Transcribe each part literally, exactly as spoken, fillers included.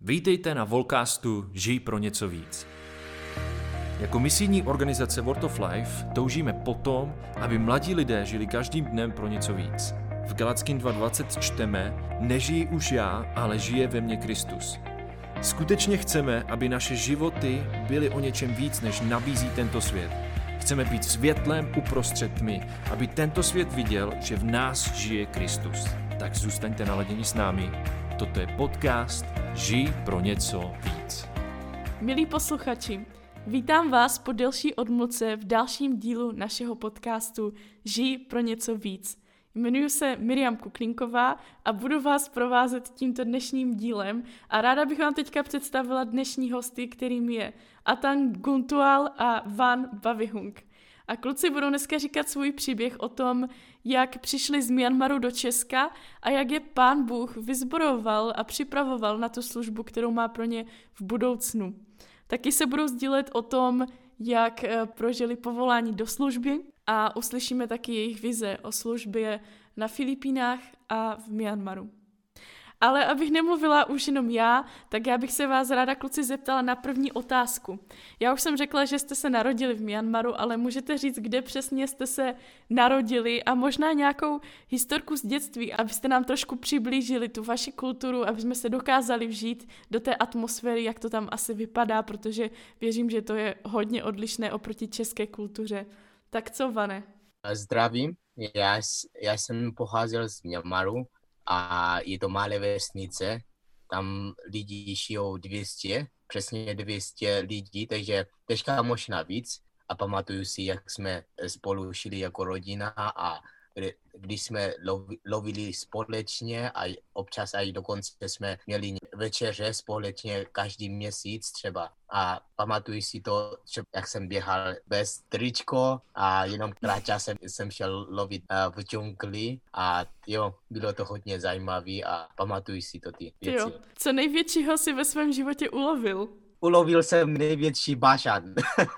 Vítejte na Volcastu Žij pro něco víc. Jako misijní organizace Word of Life toužíme potom, aby mladí lidé žili každým dnem pro něco víc. V Galackým dva dvacet čteme: Nežiji už já, ale žije ve mně Kristus. Skutečně chceme, aby naše životy byly o něčem víc, než nabízí tento svět. Chceme být světlem uprostřed tmy, aby tento svět viděl, že v nás žije Kristus. Tak zůstaňte naladěni s námi. Toto je podcast Žij pro něco víc. Milí posluchači, vítám vás po delší odmlce v dalším dílu našeho podcastu Žij pro něco víc. Jmenuji se Miriam Kuklinková a budu vás provázet tímto dnešním dílem a ráda bych vám teďka představila dnešní hosty, kterým je Atang Guntual a Van Bavihung. A kluci budou dneska říkat svůj příběh o tom, jak přišli z Myanmaru do Česka a jak je Pán Bůh vyzboroval a připravoval na tu službu, kterou má pro ně v budoucnu. Taky se budou sdílet o tom, jak prožili povolání do služby a uslyšíme taky jejich vize o službě na Filipínách a v Myanmaru. Ale abych nemluvila už jenom já, tak já bych se vás ráda, kluci, zeptala na první otázku. Já už jsem řekla, že jste se narodili v Myanmaru, ale můžete říct, kde přesně jste se narodili a možná nějakou historku z dětství, abyste nám trošku přiblížili tu vaši kulturu, aby jsme se dokázali vžít do té atmosféry, jak to tam asi vypadá, protože věřím, že to je hodně odlišné oproti české kultuře. Tak co, Vane? Zdravím, já, já jsem pocházel z Myanmaru. A je to malé vesnice, tam lidi žijou dvě stě, přesně dvě stě lidí, takže teďka možná víc. A pamatuju si, jak jsme spolu šli jako rodina a když jsme lovili společně a občas i dokonce jsme měli večeře společně každý měsíc třeba. A pamatuju si to, jak jsem běhal bez tričko a jenom krátce jsem, jsem šel lovit uh, v džungli a jo, bylo to hodně zajímavé a pamatuju si to ty věci. Jo. Co největšího si ve svém životě ulovil? Ulovil jsem největší bašan.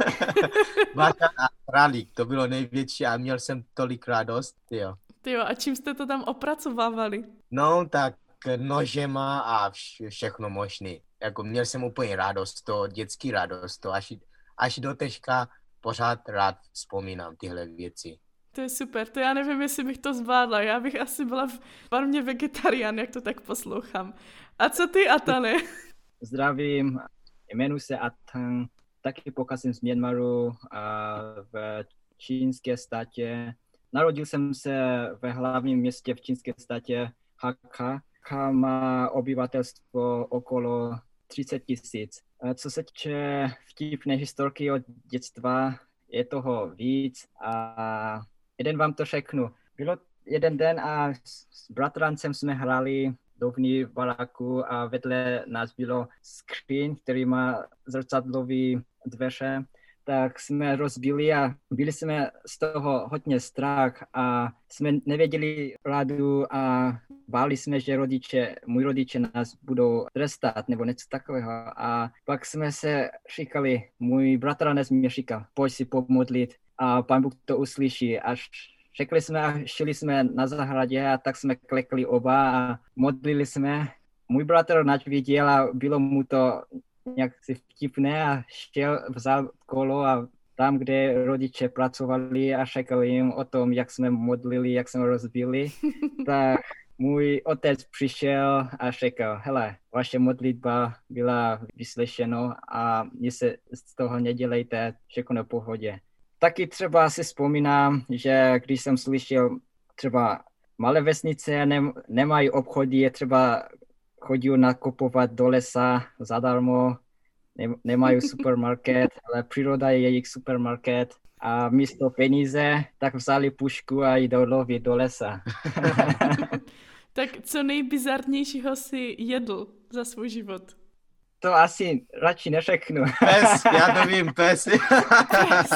Bašan a králík, to bylo největší a měl jsem tolik radost, jo. Tyjo, a čím jste to tam opracovávali? No, tak nožema a vš- všechno možné. Jako měl jsem úplně radost, to dětský radost, to až, až do teďka pořád rád vzpomínám tyhle věci. To je super, to já nevím, jestli bych to zvládla, já bych asi byla v farmě vegetarián, jak to tak poslouchám. A co ty, Atane? Zdravím, jmenuji se Atang, taky pocházím z Myanmaru a v čínské státě. Narodil jsem se ve hlavním městě v čínské státě Hakka. Hakka má obyvatelstvo okolo třicet tisíc. Co se týče vtipné historky od dětstva, je toho víc a jeden vám to řeknu. Bylo jeden den a s bratrancem jsme hráli dovnitř baráku a vedle nás bylo skříň, který má zrcadlové dveře. Tak jsme rozbili a byli jsme z toho hodně strach a jsme nevěděli radu a báli jsme, že rodiče, můj rodiče nás budou trestat nebo něco takového. A pak jsme se říkali, můj bratranec mě říkal, pojď si pomodlit a Pán Bůh to uslyší. Až řekli jsme a šli jsme na zahradě a tak jsme klekli oba a modlili jsme. Můj bratr nač viděl a bylo mu to nějak si vtipné a šel, vzal kolo a tam, kde rodiče pracovali a řekl jim o tom, jak jsme modlili, jak jsme rozbili, tak můj otec přišel a řekl, hele, vaše modlitba byla vyslyšeno a nic se z toho nedělejte, všechno v pohodě. Taky třeba si vzpomínám, že když jsem slyšel třeba malé vesnice ne, nemají obchody, je třeba chodí nakupovat do lesa zadarmo, nemají supermarket, ale příroda je jejich supermarket a místo peníze, tak vzali pušku a jdou lovit do lesa. Tak co nejbizarnějšího si jedl za svůj život? To asi radši neřeknu. Pes, já to vím, pes. Pes.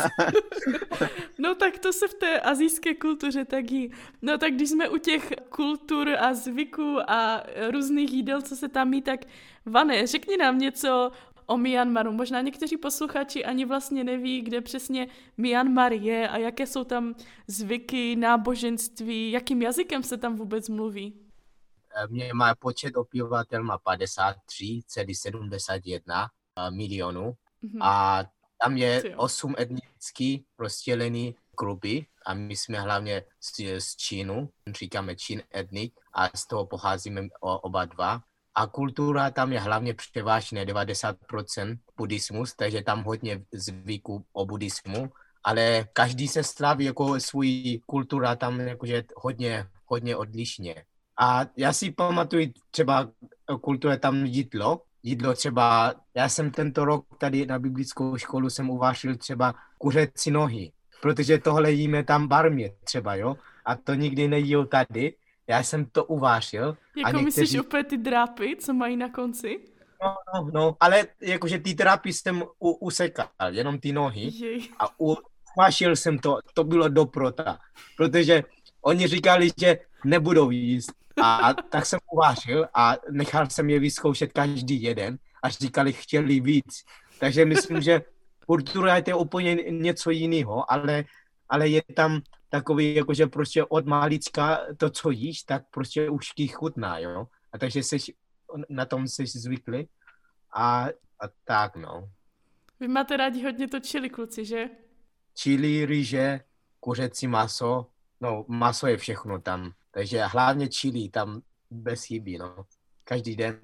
No tak to se v té asijské kultuře taky. No tak když jsme u těch kultur a zvyků a různých jídel, co se tam jí, tak Vane, řekni nám něco o Myanmaru. Možná někteří posluchači ani vlastně neví, kde přesně Myanmar je a jaké jsou tam zvyky, náboženství, jakým jazykem se tam vůbec mluví. mě má počet obyvatel má padesát tři celá sedmdesát jedna milionů Mhm. a tam je Ty jo. osm etnický rozdělený grupy a my jsme hlavně z, z Čínu, říkáme Čín etnik a z toho pocházíme o, oba dva. A kultura tam je hlavně převážně devadesát procent buddhismus, takže tam hodně zvyků o buddhismu, ale každý se slaví jako svůj kultura tam jakože hodně, hodně odlišně. A já si pamatuju třeba kultura tam jídlo, jídlo třeba, já jsem tento rok tady na biblickou školu jsem uvážil třeba kuřecí nohy, protože tohle jíme tam v Barmě třeba, jo, a to nikdy nejíl tady. Já jsem to uvážil. Jako a někteří... myslíš opět ty drápy, co mají na konci? No, no, no, ale jakože ty drápy jsem u, usekal, jenom ty nohy. Jej. A uvážil jsem to, to bylo doprota, protože oni říkali, že nebudou jíst. A tak jsem uvážil a nechal jsem je vyzkoušet každý jeden a říkali, chtěli víc. Takže myslím, že kultura je to úplně něco jiného, ale, ale je tam takový, jakože prostě od malička to, co jíš, tak prostě už ti chutná, jo. A takže seš, na tom jsi zvyklý a, a tak, no. Vy máte rádi hodně to chili, kluci, že? Chili, rýže, kuřecí maso, no maso je všechno tam, takže hlavně chili tam bez chybí, no. Každý den.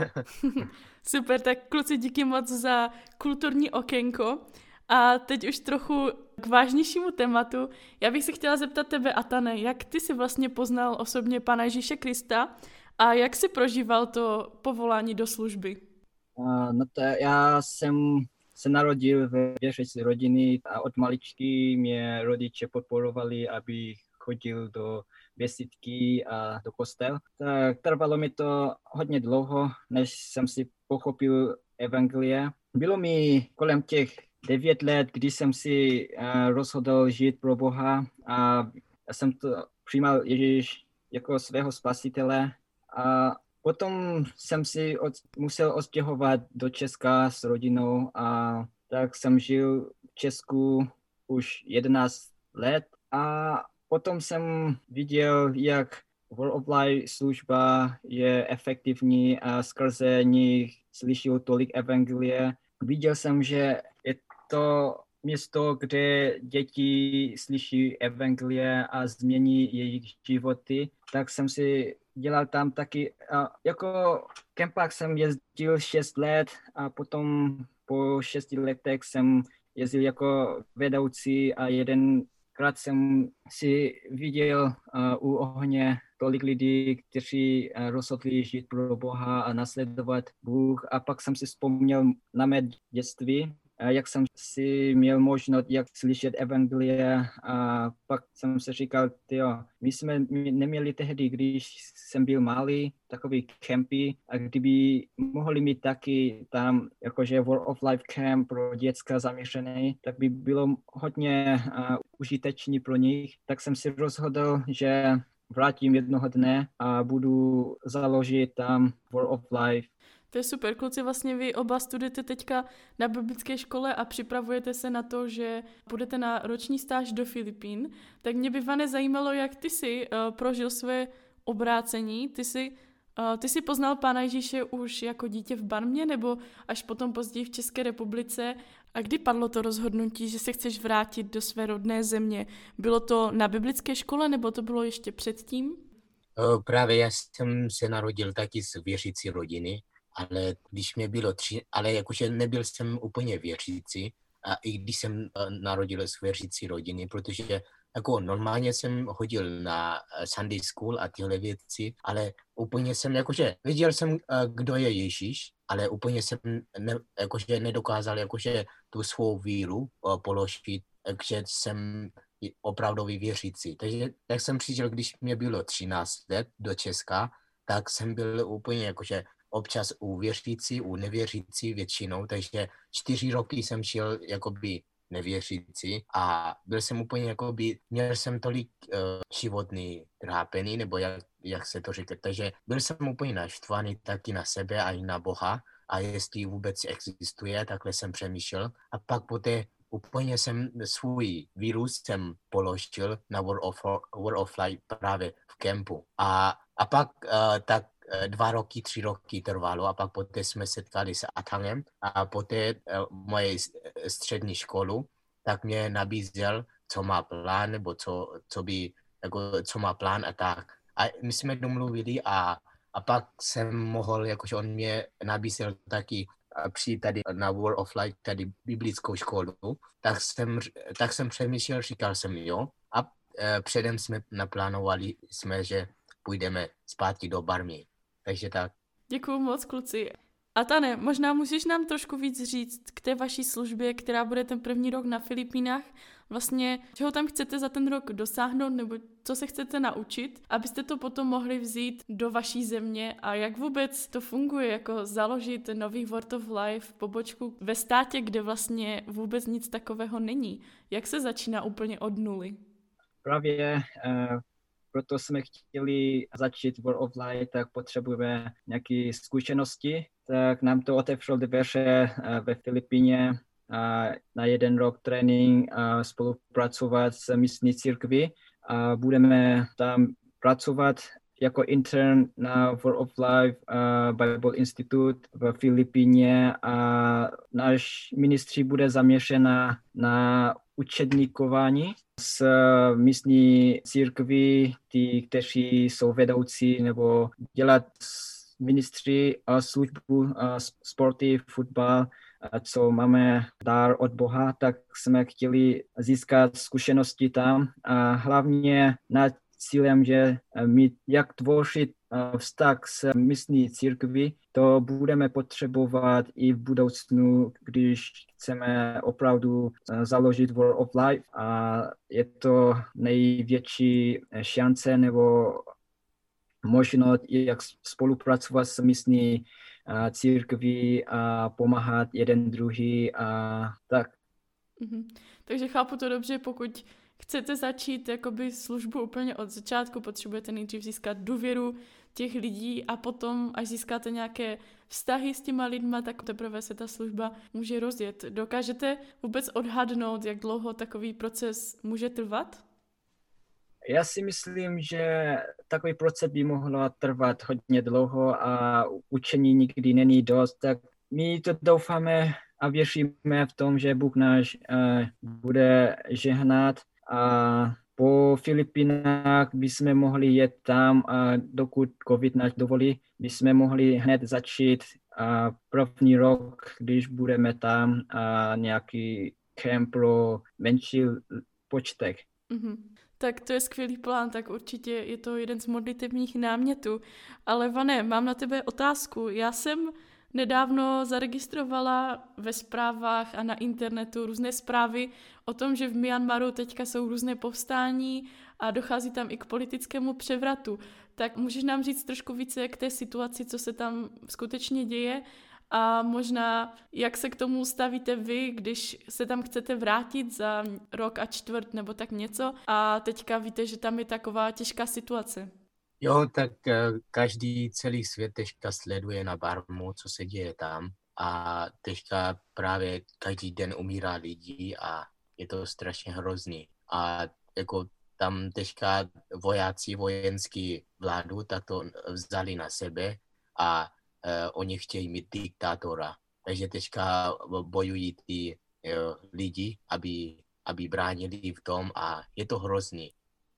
Super, tak kluci, díky moc za kulturní okénko. A teď už trochu k vážnějšímu tématu. Já bych se chtěla zeptat tebe, Atane, jak ty jsi vlastně poznal osobně Pána Ježíše Krista a jak jsi prožíval to povolání do služby? Uh, no to já jsem se narodil ve věřící rodiny a od maličky mě rodiče podporovali, abych chodil do besídky a do kostel. Tak trvalo mi to hodně dlouho, než jsem si pochopil evangelie. Bylo mi kolem těch devět let, když jsem si uh, rozhodl žít pro Boha a já jsem to přijímal Ježíš jako svého spasitele a potom jsem si od, musel odstěhovat do Česka s rodinou a tak jsem žil v Česku už jedenáct let a potom jsem viděl, jak Word of Life služba je efektivní a skrze nich slyšel tolik evangelie. Viděl jsem, že je to místo, kde děti slyší evangelie a změní jejich životy, tak jsem si dělal tam taky, a jako kempák jsem jezdil šest let a potom po šesti letech jsem jezdil jako vedoucí a jedenkrát jsem si viděl uh, u ohně tolik lidí, kteří uh, rozhodli žít pro Boha a nasledovat Bůh a pak jsem si vzpomněl na mé dětství, jak jsem si měl možnost, jak slyšet evangelie a pak jsem se říkal, tyjo, my jsme neměli tehdy, když jsem byl malý, takový campy a kdyby mohli mít taky tam jakože Word of Life camp pro děcka zaměřené, tak by bylo hodně uh, užitečný pro nich. Tak jsem si rozhodl, že vrátím jednoho dne a budu založit tam Word of Life. To je super, kluci, vlastně vy oba studujete teďka na biblické škole a připravujete se na to, že půjdete na roční stáž do Filipín. Tak mě by, Vane, zajímalo, jak ty jsi uh, prožil své obrácení. Ty jsi, uh, ty jsi poznal Pána Ježíše už jako dítě v Barmě nebo až potom později v České republice. A kdy padlo to rozhodnutí, že se chceš vrátit do své rodné země? Bylo to na biblické škole nebo to bylo ještě předtím? Uh, právě já jsem se narodil taky z věřící rodiny. Ale když mě bylo tři, ale jakože nebyl jsem úplně věřící, a i když jsem uh, narodil z věřící rodiny, protože jako normálně jsem chodil na Sunday school a tyhle věci, ale úplně jsem jakože, věděl jsem, uh, kdo je Ježíš, ale úplně jsem ne, jakože nedokázal jakože tu svou víru uh, položit, že jsem opravdový věřící. Takže jak jsem přišel, když mě bylo třináct let do Česka, tak jsem byl úplně jakože občas u věřící, u nevěřící většinou, takže čtyři roky jsem šel jakoby nevěřící a byl jsem úplně jakoby, měl jsem tolik uh, životní trápení, nebo jak, jak se to říká, takže byl jsem úplně naštvaný taky na sebe a i na Boha a jestli vůbec existuje, takhle jsem přemýšlel a pak po té úplně jsem svůj vírus jsem položil na World of, World of Light právě v kempu. A, a pak uh, tak uh, dva roky, tři roky trvalo a pak poté jsme setkali s Athangem a poté uh, moje střední školu, tak mě nabízel, co má plán, nebo co, co, by, jako, co má plán a tak. A my jsme domluvili a, a pak jsem mohl, jakože on mě nabízel taky přijít tady na World of Light, tady biblickou školu, tak jsem, tak jsem přemýšlel, říkal jsem jo a e, předem jsme naplánovali jsme, že půjdeme zpátky do Barmy. Takže tak. Děkuju moc, kluci. A Tane, možná můžeš nám trošku víc říct k té vaší službě, která bude ten první rok na Filipínách. Vlastně, čeho tam chcete za ten rok dosáhnout, nebo co se chcete naučit, abyste to potom mohli vzít do vaší země a jak vůbec to funguje, jako založit nový Word of Life pobočku ve státě, kde vlastně vůbec nic takového není. Jak se začíná úplně od nuly? Právě uh, proto jsme chtěli začít World of Light, tak potřebujeme nějaké zkušenosti, tak nám to otevřelo dveře uh, ve Filipíně uh, na jeden rok trénink a uh, spolupracovat s místní církví a budeme tam pracovat jako intern na World of Life uh, Bible Institute v Filipíně a náš ministří bude zaměřena na učedníkování s místní církví, ty, kteří jsou vedoucí nebo dělat ministry a službu a sporty, fotbal, a co máme dar od Boha, tak jsme chtěli získat zkušenosti tam a hlavně nad cílem, že mít, jak tvořit vztah s místní církví, to budeme potřebovat i v budoucnu, když chceme opravdu založit World of Life a je to největší šance nebo možnost, jak spolupracovat s místní církví a pomáhat jeden druhý a tak. Mm-hmm. Takže chápu to dobře, pokud chcete začít jakoby službu úplně od začátku, potřebujete nejdřív získat důvěru těch lidí a potom, až získáte nějaké vztahy s těma lidma, tak teprve se ta služba může rozjet. Dokážete vůbec odhadnout, jak dlouho takový proces může trvat? Já si myslím, že takový proces by mohl trvat hodně dlouho a učení nikdy není dost, tak my to doufáme a věříme v tom, že Bůh náš uh, bude žehnat a po Filipínách bychom mohli jet tam a dokud COVID nás dovolí, bychom mohli hned začít a první rok, když budeme tam a nějaký kemp pro menší počtek. Mm-hmm. Tak to je skvělý plán, tak určitě je to jeden z modlitevních námětů. Ale Vane, mám na tebe otázku. Já jsem nedávno zaregistrovala ve zprávách a na internetu různé zprávy o tom, že v Myanmaru teďka jsou různé povstání a dochází tam i k politickému převratu. Tak můžeš nám říct trošku více k té situaci, co se tam skutečně děje a možná jak se k tomu stavíte vy, když se tam chcete vrátit za rok a čtvrt nebo tak něco a teďka víte, že tam je taková těžká situace. Jo, tak každý celý svět teďka sleduje na Barmu, co se děje tam a teďka právě každý den umírá lidí a je to strašně hrozný. A jako tam teďka vojáci vojenský vládu tak to vzali na sebe a uh, oni chtějí mít diktátora. Takže teďka bojují ty uh, lidi, aby, aby bránili v tom a je to hrozný.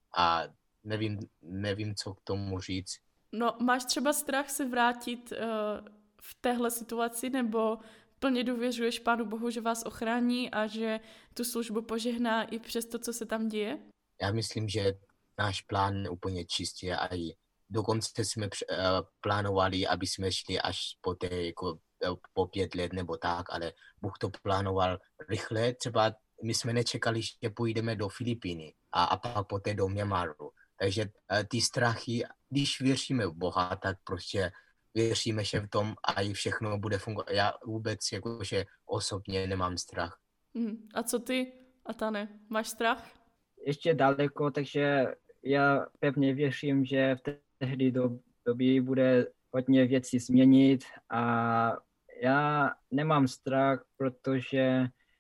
A Nevím, nevím, co k tomu říct. No, máš třeba strach se vrátit uh, v téhle situaci, nebo plně důvěřuješ Pánu Bohu, že vás ochrání a že tu službu požehná i přes to, co se tam děje? Já myslím, že náš plán je úplně čistý a i dokonce jsme uh, plánovali, aby jsme šli až po, té, jako, uh, po pět let nebo tak, ale Bůh to plánoval rychle. Třeba my jsme nečekali, že půjdeme do Filipíny a, a pak poté do Myanmaru. Takže uh, ty strachy, když věříme v Boha, tak prostě věříme, že v tom a i všechno bude fungovat. Já vůbec jakože osobně nemám strach. Hmm. A co ty, Atane, máš strach? Ještě daleko, takže já pevně věřím, že v tehdy do, době bude hodně věcí změnit a já nemám strach, protože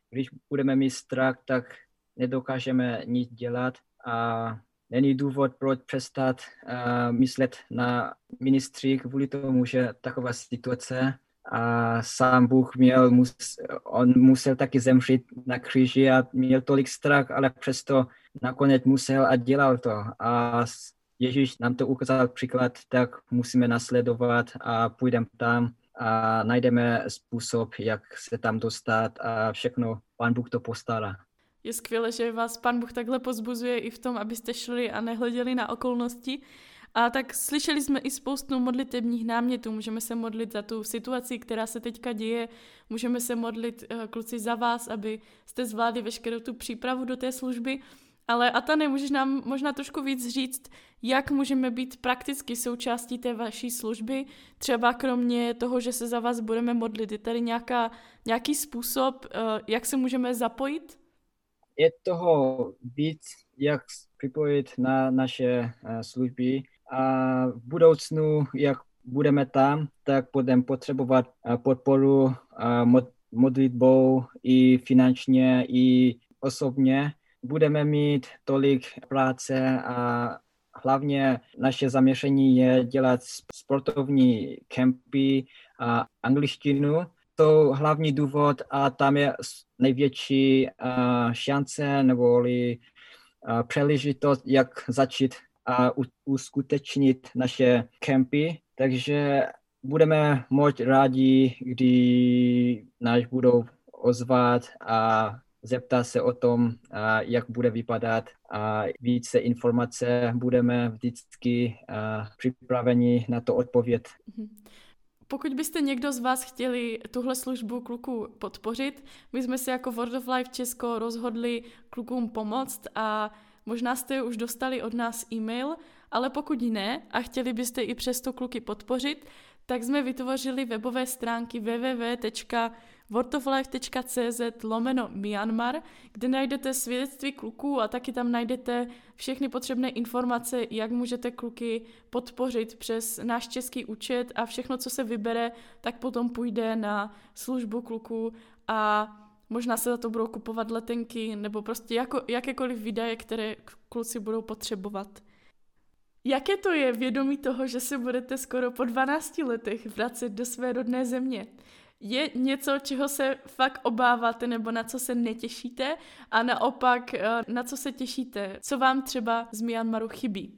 když budeme mít strach, tak nedokážeme nic dělat a není důvod, proč přestat uh, myslet na ministry kvůli tomu, že taková situace a sám Bůh měl, mus, on musel taky zemřít na kříži a měl tolik strach, ale přesto nakonec musel a dělal to. A Ježíš nám to ukázal příklad, tak musíme nasledovat a půjdeme tam a najdeme způsob, jak se tam dostat a všechno Pán Bůh to postará. Je skvělé, že vás Pán Bůh takhle pozbuzuje i v tom, abyste šli a nehleděli na okolnosti. A tak slyšeli jsme i spoustu modlitebních námětů. Můžeme se modlit za tu situaci, která se teďka děje. Můžeme se modlit, kluci, za vás, aby jste zvládli veškerou tu přípravu do té služby. Ale Atane, můžeš nám možná trošku víc říct, jak můžeme být prakticky součástí té vaší služby, třeba kromě toho, že se za vás budeme modlit. Je tady nějaká, nějaký způsob, jak se můžeme zapojit? Je toho víc, jak připojit na naše služby a v budoucnu, jak budeme tam, tak budeme potřebovat podporu modlitbou i finančně, i osobně. Budeme mít tolik práce a hlavně naše zaměření je dělat sportovní kempy a angličtinu. To hlavní důvod a tam je největší uh, šance neboli uh, příležitost, jak začít a uh, uskutečnit naše kempy. Takže budeme moc rádi, kdy nás budou ozvat a zeptat se o tom, uh, jak bude vypadat a více informace. Budeme vždycky uh, připraveni na to odpovědět. Mm-hmm. Pokud byste někdo z vás chtěli tuhle službu kluků podpořit, my jsme se jako Word of Life Česko rozhodli klukům pomoct a možná jste už dostali od nás e-mail, ale pokud ne a chtěli byste i přesto kluky podpořit, tak jsme vytvořili webové stránky w w w tečka wordoflife tečka c z lomeno Myanmar, kde najdete svědectví kluků a taky tam najdete všechny potřebné informace, jak můžete kluky podpořit přes náš český účet a všechno, co se vybere, tak potom půjde na službu kluků a možná se za to budou kupovat letenky nebo prostě jako, jakékoliv výdaje, které kluci budou potřebovat. Jaké to je vědomí toho, že se budete skoro po dvanácti letech vracet do své rodné země? Je něco, čeho se fakt obáváte nebo na co se netěšíte a naopak na co se těšíte? Co vám třeba z Myanmaru chybí?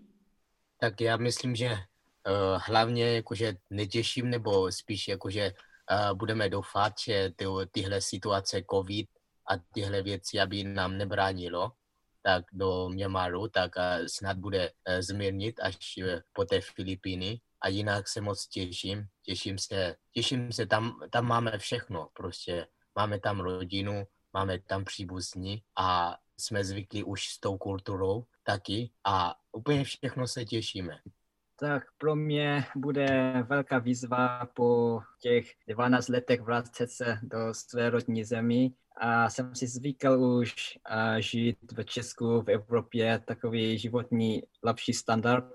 Tak já myslím, že uh, hlavně jakože netěším nebo spíš jakože uh, budeme doufat, že ty, tyhle situace covid a tyhle věci, aby nám nebránilo tak do Myanmaru, tak uh, snad bude uh, zmírnit až uh, po té Filipíny. A jinak se moc těším, těším se, těším se, tam, tam máme všechno, prostě máme tam rodinu, máme tam příbuzní a jsme zvyklí už s tou kulturou taky a úplně všechno se těšíme. Tak pro mě bude velká výzva po těch dvanácti letech vracet se do své rodní zemi a jsem si zvykl už uh, žít v Česku, v Evropě, takový životní lepší standard.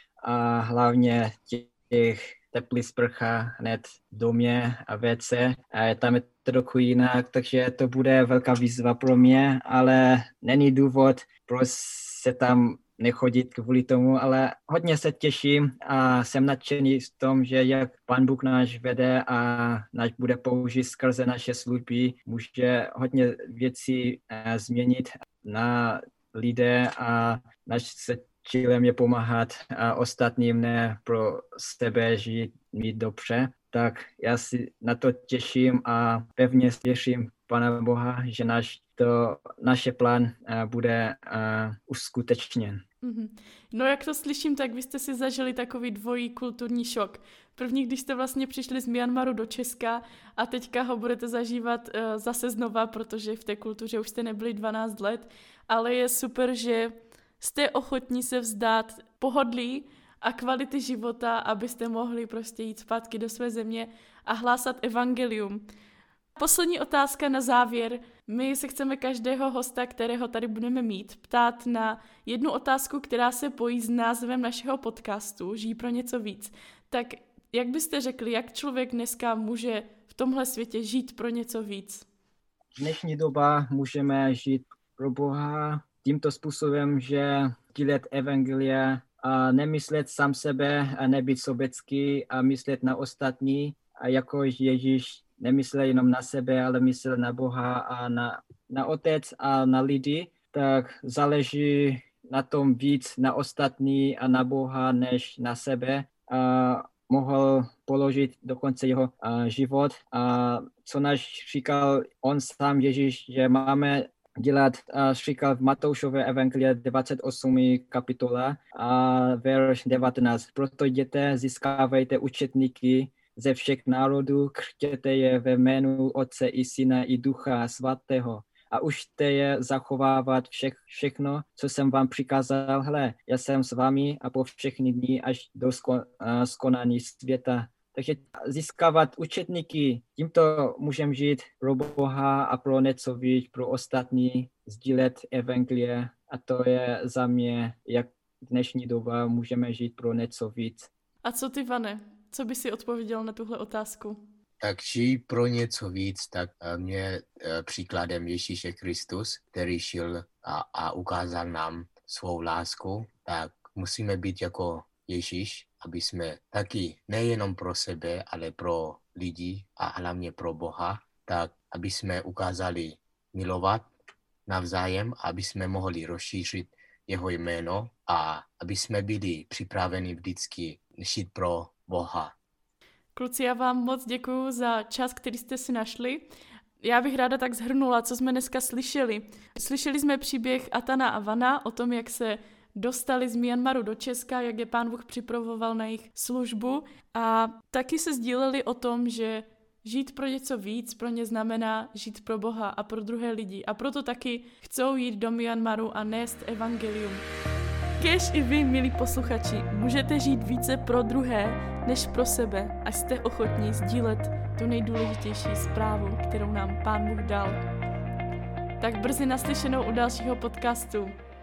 A hlavně těch teplých sprcha hned v domě a vé cé. A tam je to trochu jinak, takže to bude velká výzva pro mě, ale není důvod, proč se tam nechodit kvůli tomu, ale hodně se těším a jsem nadšený v tom, že jak Pán Bůh náš vede a náš bude použít skrze naše služby, může hodně věcí uh, změnit na lidé a náš se cílem je pomáhat a ostatním, ne pro sebe žít, mít dobře. Tak já si na to těším a pevně věřím Pana Boha, že naš, to, naše plán uh, bude uh, uskutečněn. Mm-hmm. No jak to slyším, tak vy jste si zažili takový dvojí kulturní šok. První, když jste vlastně přišli z Myanmaru do Česka a teďka ho budete zažívat uh, zase znova, protože v té kultuře už jste nebyli dvanáct let, ale je super, že jste ochotní se vzdát pohodlí a kvality života, abyste mohli prostě jít zpátky do své země a hlásat evangelium. Poslední otázka na závěr. My se chceme každého hosta, kterého tady budeme mít, ptát na jednu otázku, která se pojí s názvem našeho podcastu Žij pro něco víc. Tak jak byste řekli, jak člověk dneska může v tomhle světě žít pro něco víc? dnešní doba můžeme žít pro Boha tímto způsobem, že sdílet evangelie a nemyslet sám sebe a nebýt sobecký a myslet na ostatní. A jako Ježíš nemyslel jenom na sebe, ale myslel na Boha a na, na Otec a na lidi, tak záleží na tom víc na ostatní a na Boha než na sebe. A mohl položit dokonce jeho a, život. A co nás říkal on sám Ježíš, že máme dělat, a říkal v Matoušové evangelie dvacet osmé kapitola a verš devatenáct. Proto jděte, získávejte učetníky ze všech národů, křtěte je ve jménu Otce i Syna i Ducha Svatého a učte je zachovávat vše, všechno, co jsem vám přikázal. Hle, já jsem s vámi a po všechny dny až do skon, uh, skonání světa. Takže získávat učetníky, tímto můžeme žít pro Boha a pro něco víc, pro ostatní, sdílet evangelie a to je za mě, jak dnešní doba můžeme žít pro něco víc. A co ty, Vane? Co by si odpověděl na tuhle otázku? Takže pro něco víc, tak mě příkladem Ježíše Kristus, který šel a, a ukázal nám svou lásku, tak musíme být jako Ježíš, aby jsme taky nejenom pro sebe, ale pro lidi a hlavně pro Boha, tak aby jsme ukázali milovat navzájem, aby jsme mohli rozšířit jeho jméno a aby jsme byli připraveni vždycky žít pro Boha. Kluci, já vám moc děkuju za čas, který jste si našli. Já bych ráda tak shrnula, co jsme dneska slyšeli. Slyšeli jsme příběh Atana a Vana o tom, jak se dostali z Myanmaru do Česka, jak je Pán Bůh připravoval na jejich službu a taky se sdíleli o tom, že žít pro něco víc pro ně znamená žít pro Boha a pro druhé lidi a proto taky chcou jít do Myanmaru a nést evangelium. Kéž i vy, milí posluchači, můžete žít více pro druhé než pro sebe a jste ochotní sdílet tu nejdůležitější zprávu, kterou nám Pán Bůh dal. Tak brzy naslyšenou u dalšího podcastu.